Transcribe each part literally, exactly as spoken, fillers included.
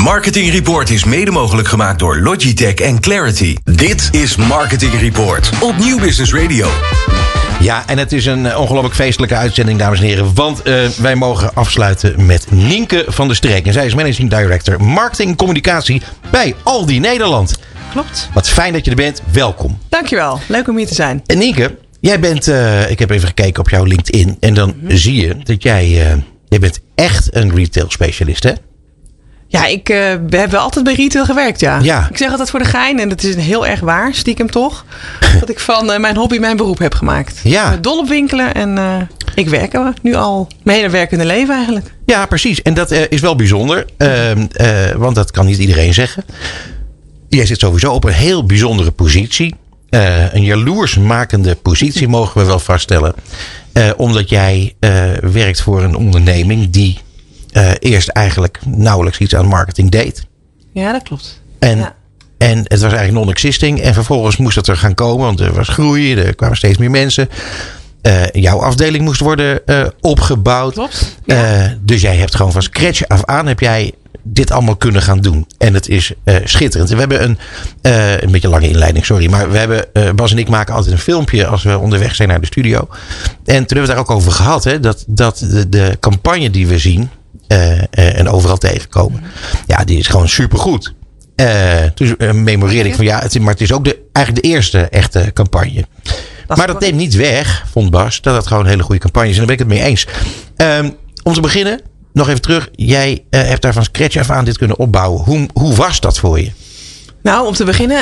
Marketing Report is mede mogelijk gemaakt door Logitech en Clarity. Dit is Marketing Report op Nieuw Business Radio. Ja, en het is een ongelooflijk feestelijke uitzending, dames en heren. Want uh, wij mogen afsluiten met Nienke van der Streek. En zij is Managing Director Marketing Communicatie bij Aldi Nederland. Klopt. Wat fijn dat je er bent. Welkom. Dankjewel. Leuk om hier te zijn. En Nienke, jij bent, uh, ik heb even gekeken op jouw LinkedIn. En dan mm-hmm. zie je dat jij, uh, jij bent echt een retail specialist, hè? Ja, ik uh, we hebben altijd bij retail gewerkt, ja. ja. Ik zeg altijd voor de gein, en dat is heel erg waar, stiekem toch, dat ik van uh, mijn hobby mijn beroep heb gemaakt. Ja. Ik ben dol op winkelen en uh, ik werk er nu al mijn hele werkende leven eigenlijk. Ja, precies. En dat uh, is wel bijzonder, uh, uh, want dat kan niet iedereen zeggen. Jij zit sowieso op een heel bijzondere positie. Uh, een jaloersmakende positie, mogen we wel vaststellen. Uh, omdat jij uh, werkt voor een onderneming die Uh, eerst eigenlijk nauwelijks iets aan marketing deed. Ja, dat klopt. En, ja. en het was eigenlijk non-existing. En vervolgens moest dat er gaan komen. Want er was groei. Er kwamen steeds meer mensen. Uh, jouw afdeling moest worden uh, opgebouwd. Klopt. Ja. Uh, dus jij hebt gewoon van scratch af aan heb jij dit allemaal kunnen gaan doen. En het is uh, schitterend. We hebben een, uh, een beetje lange inleiding, sorry. Maar we hebben, uh, Bas en ik maken altijd een filmpje als we onderweg zijn naar de studio. En toen hebben we het daar ook over gehad. Hè, dat dat de, de campagne die we zien. Uh, uh, en overal tegenkomen. Ja, die is gewoon supergoed. Uh, dus uh, memoreerde ik van ja, het, maar het is ook de, eigenlijk de eerste echte campagne. Dat maar dat neemt niet weg, vond Bas, dat het gewoon hele goede campagnes zijn. Daar ben ik het mee eens. Um, om te beginnen, nog even terug. Jij uh, hebt daar van scratch af aan dit kunnen opbouwen. Hoe, hoe was dat voor je? Nou, om te beginnen,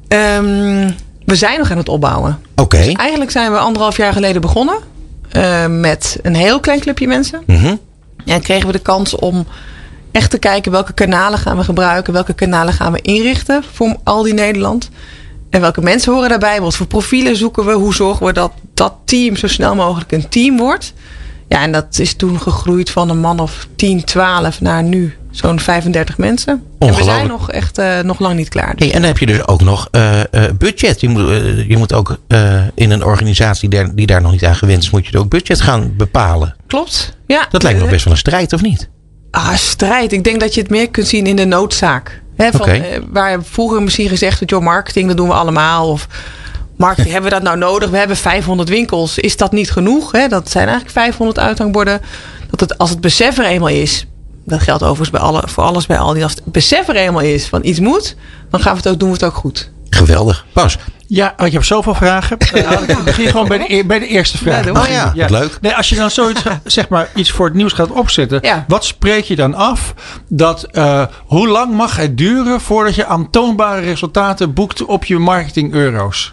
um, we zijn nog aan het opbouwen. Oké. Okay. Dus eigenlijk zijn we anderhalf jaar geleden begonnen. Uh, met een heel klein clubje mensen. Mm-hmm. En kregen we de kans om echt te kijken welke kanalen gaan we gebruiken. Welke kanalen gaan we inrichten voor Aldi Nederland. En welke mensen horen daarbij. Wat voor profielen zoeken we. Hoe zorgen we dat dat team zo snel mogelijk een team wordt. Ja, en dat is toen gegroeid van een man of tien, twaalf naar nu zo'n vijfendertig mensen. En we zijn nog echt uh, nog lang niet klaar. Dus. Hey, en dan heb je dus ook nog uh, uh, budget. Je moet, uh, je moet ook uh, in een organisatie die daar, die daar nog niet aan gewend is, moet je ook budget gaan bepalen. Klopt, ja. Dat lijkt me nog best wel een strijd, of niet? Ah, strijd. Ik denk dat je het meer kunt zien in de noodzaak. Hè, van, okay. uh, waar vroeger misschien gezegd werd, joh, marketing, dat doen we allemaal. Of marketing, hebben we dat nou nodig? We hebben vijfhonderd winkels. Is dat niet genoeg? Hè? Dat zijn eigenlijk vijfhonderd uithangborden. Dat het, als het besef er eenmaal is. Dat geldt overigens bij alle, voor alles bij Aldi. Als het besef er eenmaal is van iets moet, dan gaan we het ook, doen we het ook goed. Geweldig. Pas. Ja, ik heb zoveel vragen. Uh, ik begin gewoon bij de, bij de eerste vraag. Ja, oh ja, ja. Leuk. Nee, als je dan zoiets, zeg maar, iets voor het nieuws gaat opzetten. Ja. Wat spreek je dan af? Dat, uh, hoe lang mag het duren voordat je aantoonbare resultaten boekt op je marketing euro's?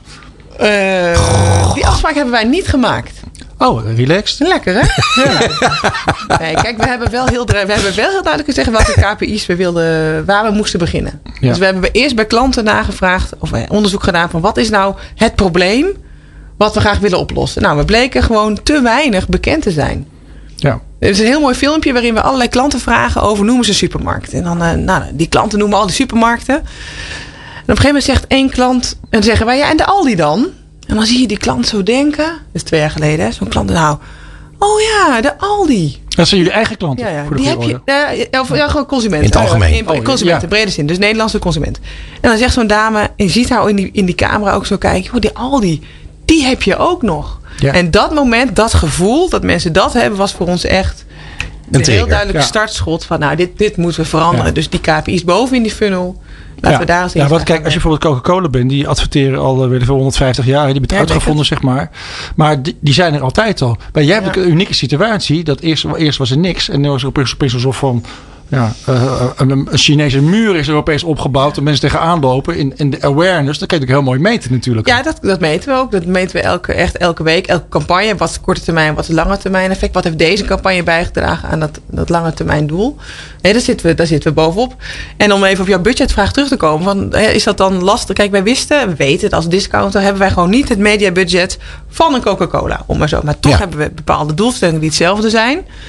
Uh, die afspraak hebben wij niet gemaakt. Oh, relaxed. Lekker, hè? Ja. Nee, kijk, we hebben wel heel, we hebben wel heel duidelijk gezegd welke K P I's we wilden, waar we moesten beginnen. Ja. Dus we hebben eerst bij klanten nagevraagd, of onderzoek gedaan van wat is nou het probleem wat we graag willen oplossen. Nou, we bleken gewoon te weinig bekend te zijn. Ja. Er is een heel mooi filmpje waarin we allerlei klanten vragen over noemen ze een supermarkt. En dan, uh, nou, die klanten noemen al die supermarkten. En op een gegeven moment zegt één klant, en dan zeggen wij, ja, en de Aldi dan? En dan zie je die klant zo denken. Dat is twee jaar geleden, hè? Zo'n klant. Nou, oh ja, de Aldi. Dat zijn jullie eigen klanten? Ja, ja. Voor de die heb je. Uh, of, ja, gewoon consumenten. In het algemeen. Uh, in, oh, consumenten, ja. Brede zin. Dus Nederlandse consument. En dan zegt zo'n dame, en je ziet haar in die, in die camera ook zo kijken. Oh, die Aldi, die heb je ook nog. Ja. En dat moment, dat gevoel, dat mensen dat hebben, was voor ons echt een, een heel duidelijke ja. startschot van, nou, dit, dit moeten we veranderen. Ja. Dus die K P I's boven in die funnel. Laten ja, we daar eens ja, want kijk, als je bijvoorbeeld Coca-Cola bent, die adverteren al weer honderdvijftig jaar. Die hebben het ja, uitgevonden, zeg maar. Maar die, die zijn er altijd al. Maar jij ja. hebt een unieke situatie. Dat eerst, eerst was er niks. En nu was er opeens een soort van ja, uh, een, een Chinese muur is er opeens opgebouwd. En mensen tegenaan lopen. In, in de awareness. Dat kan je ook heel mooi meten natuurlijk. Ja, dat, dat meten we ook. Dat meten we elke, echt elke week. Elke campagne. Wat is korte termijn, wat is lange termijn effect. Wat heeft deze campagne bijgedragen aan dat, dat lange termijn doel. Nee, daar zitten, we, daar zitten we bovenop. En om even op jouw budgetvraag terug te komen. Van, is dat dan lastig? Kijk, wij wisten, we weten het als discounter. Hebben wij gewoon niet het mediabudget van een Coca-Cola. Om maar zo. Maar toch ja. hebben we bepaalde doelstellingen die hetzelfde zijn.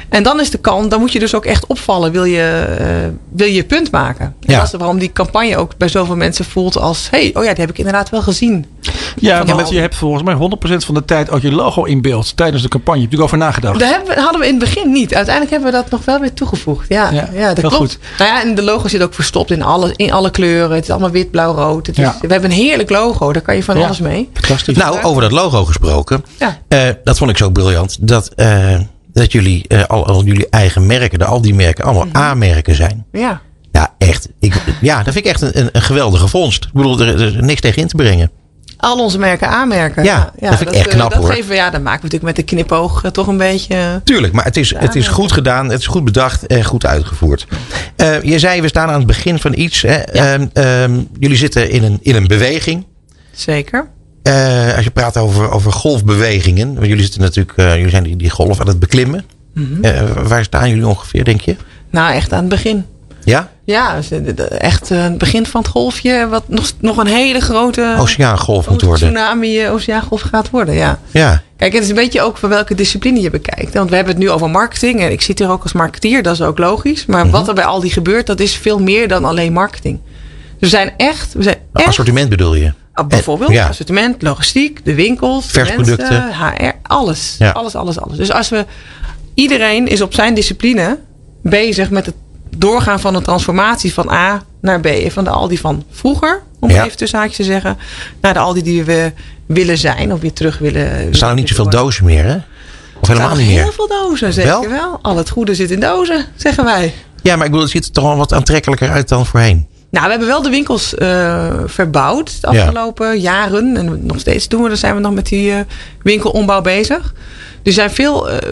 En dan is de kans, dan moet je dus ook echt opvallen. Wil je uh, wil je punt maken? Ja. Dat is waarom die campagne ook bij zoveel mensen voelt als... hey, oh ja, die heb ik inderdaad wel gezien. Ja, want je hebt volgens mij honderd procent van de tijd ook je logo in beeld tijdens de campagne. Heb je er over nagedacht? Dat hebben we, hadden we in het begin niet. Uiteindelijk hebben we dat nog wel weer toegevoegd. Ja, ja, ja dat klopt. Goed. Nou ja, en de logo zit ook verstopt in alle, in alle kleuren. Het is allemaal wit, blauw, rood. Het is, ja. We hebben een heerlijk logo. Daar kan je van ja. alles mee. Fantastisch. Nou, over dat logo gesproken. Ja. Uh, dat vond ik zo briljant. Dat... Uh, Dat jullie uh, al, al jullie eigen merken, de, al die merken, allemaal mm-hmm. A-merken zijn. Ja. Ja, echt. Ik, ja, dat vind ik echt een, een, een geweldige vondst. Ik bedoel, er, er is niks tegen in te brengen. Al onze merken A-merken. Ja, ja, ja, dat vind ik echt knap dat hoor. Geven, ja, dat maken we natuurlijk met de knipoog uh, toch een beetje... Tuurlijk, maar het is, het is goed gedaan, het is goed bedacht en goed uitgevoerd. Uh, je zei, we staan aan het begin van iets. Hè. Ja. Um, um, jullie zitten in een, in een beweging. Zeker. Uh, als je praat over, over golfbewegingen. Want jullie zitten natuurlijk, uh, jullie zijn die, die golf aan het beklimmen. Mm-hmm. Uh, waar staan jullie ongeveer, denk je? Nou, echt aan het begin. Ja? Ja, echt uh, het begin van het golfje. Wat nog, nog een hele grote... Oceaangolf moet worden. Tsunami, oceaangolf gaat worden, ja. Ja. Kijk, het is een beetje ook van welke discipline je bekijkt. Want we hebben het nu over marketing. En ik zit hier ook als marketeer, dat is ook logisch. Maar mm-hmm. wat er bij Aldi gebeurt, dat is veel meer dan alleen marketing. Dus we zijn echt... We zijn echt assortiment bedoel je? Bijvoorbeeld, ja. Assortiment, logistiek, de winkels, versproducten, de mensen, H R, alles. Ja. Alles, alles, alles. Dus als we... Iedereen is op zijn discipline bezig met het doorgaan van een transformatie van A naar B. Van de Aldi van vroeger, om ja. even tussen haakjes te zeggen, naar de Aldi die we willen zijn of weer terug willen. Er staan er niet zoveel dozen meer, hè? Of helemaal niet meer? Heel veel dozen, zeker wel? wel. Al het goede zit in dozen, zeggen wij. Ja, maar ik bedoel, het ziet er toch wel wat aantrekkelijker uit dan voorheen. Nou, we hebben wel de winkels uh, verbouwd de afgelopen ja. jaren. En nog steeds doen we, dan zijn we nog met die uh, winkelombouw bezig. Dus zijn veel, uh,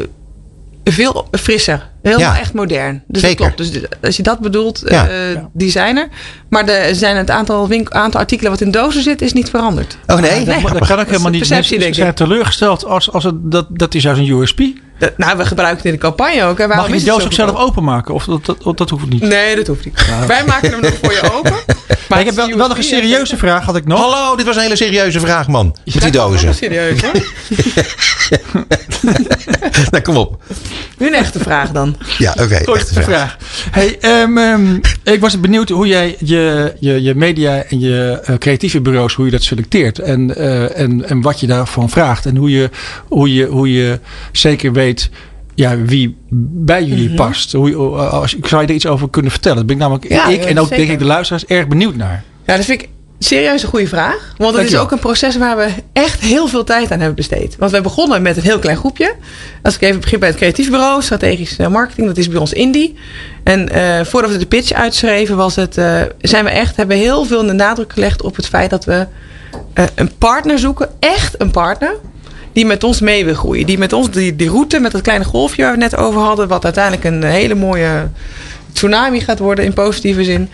veel frisser. Helemaal ja. echt modern. Dus Zeker. dat klopt. Dus als je dat bedoelt, ja. uh, ja. die zijn er. Maar er zijn het aantal, winkel, aantal artikelen wat in dozen zit, is niet veranderd. Oh nee? nee. Dat, dat kan ook helemaal niet. Mensen zijn teleurgesteld als, als het, dat, dat is juist een U S P. Dat, nou, we gebruiken het in de campagne ook. Hè. Mag je die doos ook zelf openmaken? Of dat, dat, dat hoeft niet? Nee, dat hoeft niet. Ja. Wij maken hem nog voor je open. Maar ik heb wel, wel nog een serieuze vraag, had ik nog. Hallo, dit was een hele serieuze vraag, man. Met die dozen. Serieus, hoor. Nou, kom op. Nu een echte vraag dan. Ja, oké. Okay, echte vraag. vraag. Hey, um, um, ik was benieuwd hoe jij je, je, je media en je uh, creatieve bureaus, hoe je dat selecteert. En, uh, en, en wat je daarvan vraagt. En hoe je, hoe je, hoe je zeker weet ja, wie bij jullie mm-hmm. past. Hoe, als, zou je er iets over kunnen vertellen? Dat ben ik namelijk ja, ik en ook zeker. denk ik de luisteraars erg benieuwd naar. Ja, dat vind ik serieus een goede vraag. Want het is ook een proces waar we echt heel veel tijd aan hebben besteed. Want we begonnen met een heel klein groepje. Als ik even begin bij het creatief bureau, strategisch marketing, dat is bij ons Indie. En uh, voordat we de pitch uitschreven, was het, uh, zijn we echt, hebben we heel veel de nadruk gelegd op het feit dat we uh, een partner zoeken. Echt een partner. Die met ons mee wil groeien. Die met ons die, die route met dat kleine golfje waar we het net over hadden. Wat uiteindelijk een hele mooie tsunami gaat worden in positieve zin.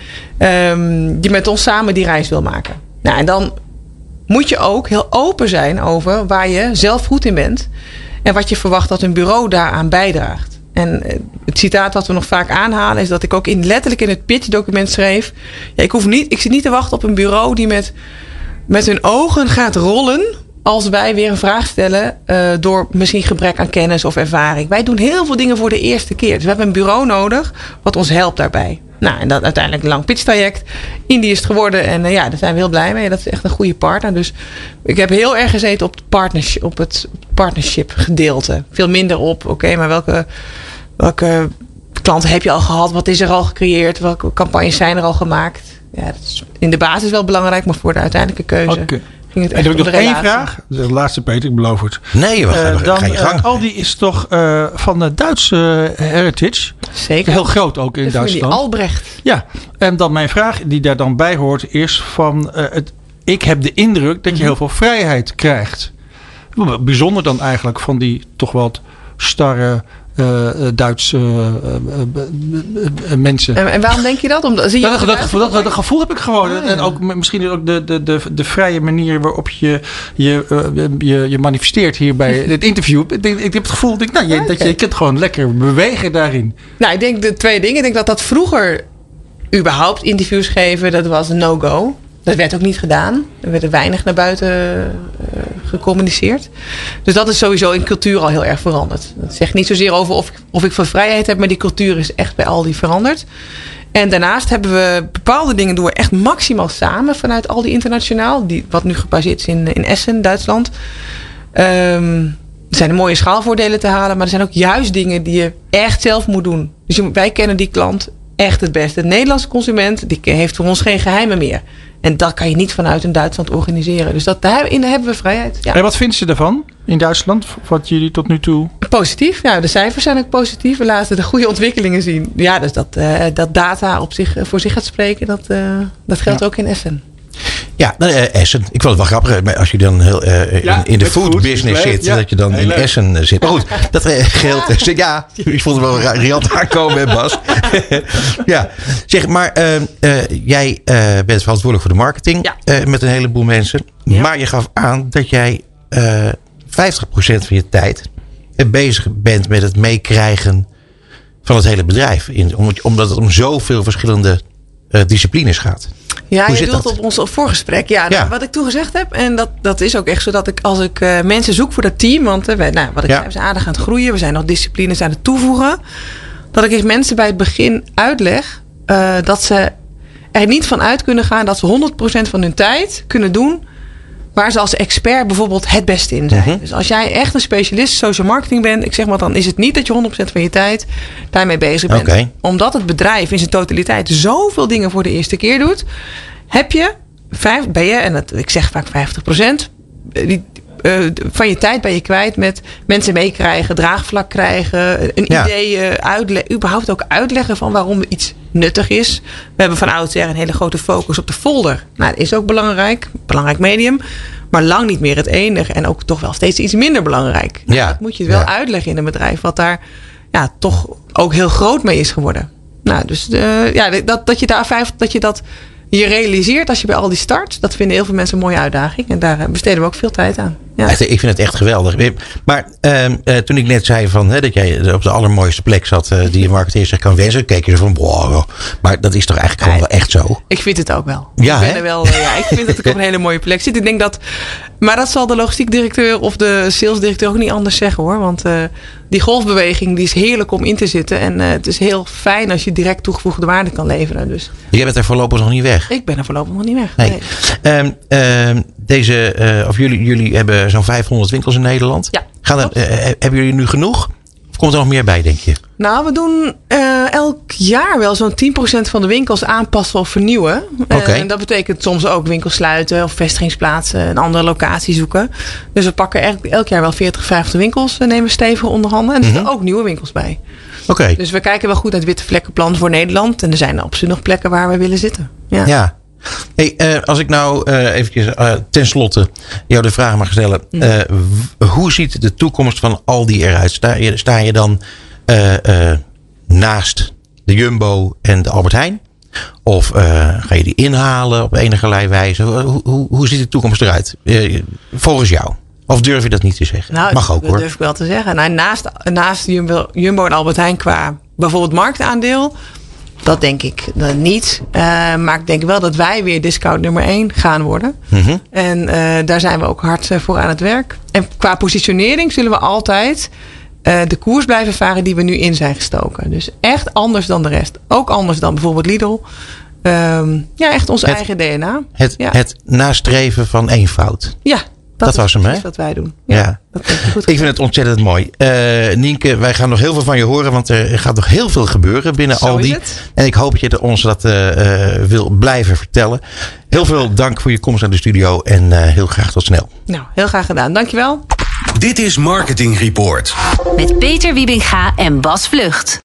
Um, die met ons samen die reis wil maken. Nou, en dan moet je ook heel open zijn over waar je zelf goed in bent. En wat je verwacht dat een bureau daaraan bijdraagt. En het citaat wat we nog vaak aanhalen is dat ik ook in, letterlijk in het pitchdocument schreef. Ja, ik, hoef niet, ik zit niet te wachten op een bureau die met, met hun ogen gaat rollen als wij weer een vraag stellen uh, door misschien gebrek aan kennis of ervaring. Wij doen heel veel dingen voor de eerste keer. Dus we hebben een bureau nodig wat ons helpt daarbij. Nou, en dat uiteindelijk een lang pitchtraject. Indie is het geworden en uh, ja, daar zijn we heel blij mee. Dat is echt een goede partner. Dus ik heb heel erg gezeten op het partnership, op het partnership gedeelte. Veel minder op, oké, okay, maar welke, welke klanten heb je al gehad? Wat is er al gecreëerd? Welke campagnes zijn er al gemaakt? Ja, dat is in de basis wel belangrijk, maar voor de uiteindelijke keuze. Okay. En dan heb ik nog één vraag. Dat is de laatste, Peter, ik beloof het. Nee, we gaan, uh, dan, ga je gang. Uh, Aldi is toch uh, van de Duitse uh, heritage. Zeker. Heel groot ook in de Duitsland. Albrecht. Ja, en dan mijn vraag die daar dan bij hoort is van... Uh, het, ik heb de indruk dat je heel veel vrijheid krijgt. Bijzonder dan eigenlijk van die toch wat starre... Uh, Duitse uh, uh, uh, uh, mensen. En, en waarom denk je dat? Omdat, zie je dat, dat, dat, gevoel, dat, dat gevoel heb ik gewoon. Oh, ja. En ook misschien ook de, de, de, de vrije manier waarop je je, uh, je, je manifesteert hier bij het interview. Ik, denk, ik heb het gevoel dat, nou, je, okay. dat je, je kunt gewoon lekker bewegen daarin. Nou, ik denk de twee dingen. Ik denk dat dat vroeger überhaupt interviews geven, dat was een no-go. Dat werd ook niet gedaan. Er werd weinig naar buiten uh, gecommuniceerd. Dus dat is sowieso in cultuur al heel erg veranderd. Dat zegt niet zozeer over of, of ik veel vrijheid heb, maar die cultuur is echt bij Aldi veranderd. En daarnaast hebben we bepaalde dingen doen we echt maximaal samen vanuit Aldi Internationaal. Die, wat nu gebaseerd is in, in Essen, Duitsland. Um, er zijn mooie schaalvoordelen te halen. Maar er zijn ook juist dingen die je echt zelf moet doen. Dus je, wij kennen die klant echt het beste. De Nederlandse consument die heeft voor ons geen geheimen meer. En dat kan je niet vanuit in Duitsland organiseren. Dus dat, daarin hebben we vrijheid. Ja. En wat vinden ze ervan in Duitsland? Wat jullie tot nu toe... Positief. Ja, de cijfers zijn ook positief. We laten de goede ontwikkelingen zien. Ja, dus dat, uh, dat data op zich, voor zich gaat spreken. Dat, uh, dat geldt ja. ook in Essen. Ja, uh, Essen. Ik vond het wel grappig. Als je dan heel, uh, ja, in, in de food goed, business zit. Ja. Dat je dan heel in leuk. Essen zit. Maar goed, dat uh, geldt. Ja, ja ik vond het wel riant aankomen, Bas. Ja, zeg maar. Uh, uh, jij uh, bent verantwoordelijk voor de marketing. Ja. Uh, met een heleboel mensen. Ja. Maar je gaf aan dat jij uh, vijftig procent van je tijd bezig bent met het meekrijgen van het hele bedrijf. In, omdat het om zoveel verschillende uh, disciplines gaat. Ja, Hoe je zit doet dat? op ons voorgesprek. Ja, nou, ja, wat ik toen gezegd heb. En dat, dat is ook echt zo dat ik als ik uh, mensen zoek voor dat team. Want uh, wij, nou, wat ik ja. zei, we zijn aardig aan het groeien. We zijn nog disciplines aan het toevoegen. Dat ik eens mensen bij het begin uitleg. Uh, dat ze er niet van uit kunnen gaan dat ze honderd procent van hun tijd kunnen doen waar ze als expert bijvoorbeeld het beste in zijn. Uh-huh. Dus als jij echt een specialist social marketing bent, ik zeg maar, dan is het niet dat je honderd procent van je tijd daarmee bezig bent. Okay. Omdat het bedrijf in zijn totaliteit zoveel dingen voor de eerste keer doet, heb je, vijf, ben je, en dat, ik zeg vaak vijftig procent, die, uh, van je tijd ben je kwijt met mensen meekrijgen, draagvlak krijgen, een ja. idee, uh, uitle- überhaupt ook uitleggen van waarom iets nuttig is. We hebben van oudsher een hele grote focus op de folder. Nou, dat is ook belangrijk, belangrijk medium, maar lang niet meer het enige en ook toch wel steeds iets minder belangrijk. Ja. Dat moet je wel ja. uitleggen in een bedrijf wat daar ja, toch ook heel groot mee is geworden. Nou, dus uh, ja, dat, dat je daar vijf, dat je dat je realiseert als je bij Aldi start, dat vinden heel veel mensen een mooie uitdaging. En daar besteden we ook veel tijd aan. Ja. Ik vind het echt geweldig. Maar uh, uh, toen ik net zei van, hè, dat jij op de allermooiste plek zat uh, die je marketeer zich kan wensen, keek je er van, wow. Maar dat is toch eigenlijk gewoon wel echt zo? Ik vind het ook wel. Ja, ik, ben hè? er wel, ja, ik vind dat ik op een hele mooie plek zit. Ik denk dat, maar dat zal de logistiek directeur of de sales directeur ook niet anders zeggen hoor. Want uh, die golfbeweging die is heerlijk om in te zitten. En uh, het is heel fijn als je direct toegevoegde waarde kan leveren. Dus. Jij bent er voorlopig nog niet weg? Ik ben er voorlopig nog niet weg. Nee. nee. Um, um, deze, uh, of jullie, jullie hebben zo'n vijfhonderd winkels in Nederland. Ja. Gaan er, uh, hebben jullie nu genoeg? Of komt er nog meer bij, denk je? Nou, we doen uh, elk jaar wel zo'n tien procent van de winkels aanpassen of vernieuwen. Okay. En dat betekent soms ook winkels sluiten of vestigingsplaatsen, een andere locatie zoeken. Dus we pakken elk, elk jaar wel veertig, vijftig winkels, we nemen stevig onder handen. En er zitten mm-hmm. ook nieuwe winkels bij. Okay. Dus we kijken wel goed naar het witte vlekkenplan voor Nederland. En er zijn absoluut nog plekken waar we willen zitten. Ja. ja. Hey, uh, als ik nou uh, eventjes uh, tenslotte jou de vraag mag stellen. Uh, w- hoe ziet de toekomst van Aldi eruit? Sta je, sta je dan uh, uh, naast de Jumbo en de Albert Heijn? Of uh, ga je die inhalen op enige wijze? Hoe, hoe, hoe ziet de toekomst eruit? Uh, volgens jou? Of durf je dat niet te zeggen? Nou, mag ook dat hoor. durf ik wel te zeggen. Nou, naast naast Jumbo, Jumbo en Albert Heijn qua bijvoorbeeld marktaandeel. Dat denk ik uh, niet. Uh, maar ik denk wel dat wij weer discount nummer één gaan worden. Mm-hmm. En uh, daar zijn we ook hard uh, voor aan het werk. En qua positionering zullen we altijd uh, de koers blijven varen die we nu in zijn gestoken. Dus echt anders dan de rest. Ook anders dan bijvoorbeeld Lidl. Um, ja, echt ons het, eigen D N A. Het, ja. het nastreven van eenvoud. Ja. Dat, dat was hem, hè? Dat is wat wij doen. Ja, ja. Dat goed ik vind het ontzettend mooi. Uh, Nienke, wij gaan nog heel veel van je horen, want er gaat nog heel veel gebeuren binnen Zo Aldi. En ik hoop dat je ons dat uh, uh, wil blijven vertellen. Heel veel dank voor je komst naar de studio en uh, heel graag tot snel. Nou, heel graag gedaan. Dankjewel. Dit is Marketing Report. Met Peter Wiebinga en Bas Vlucht.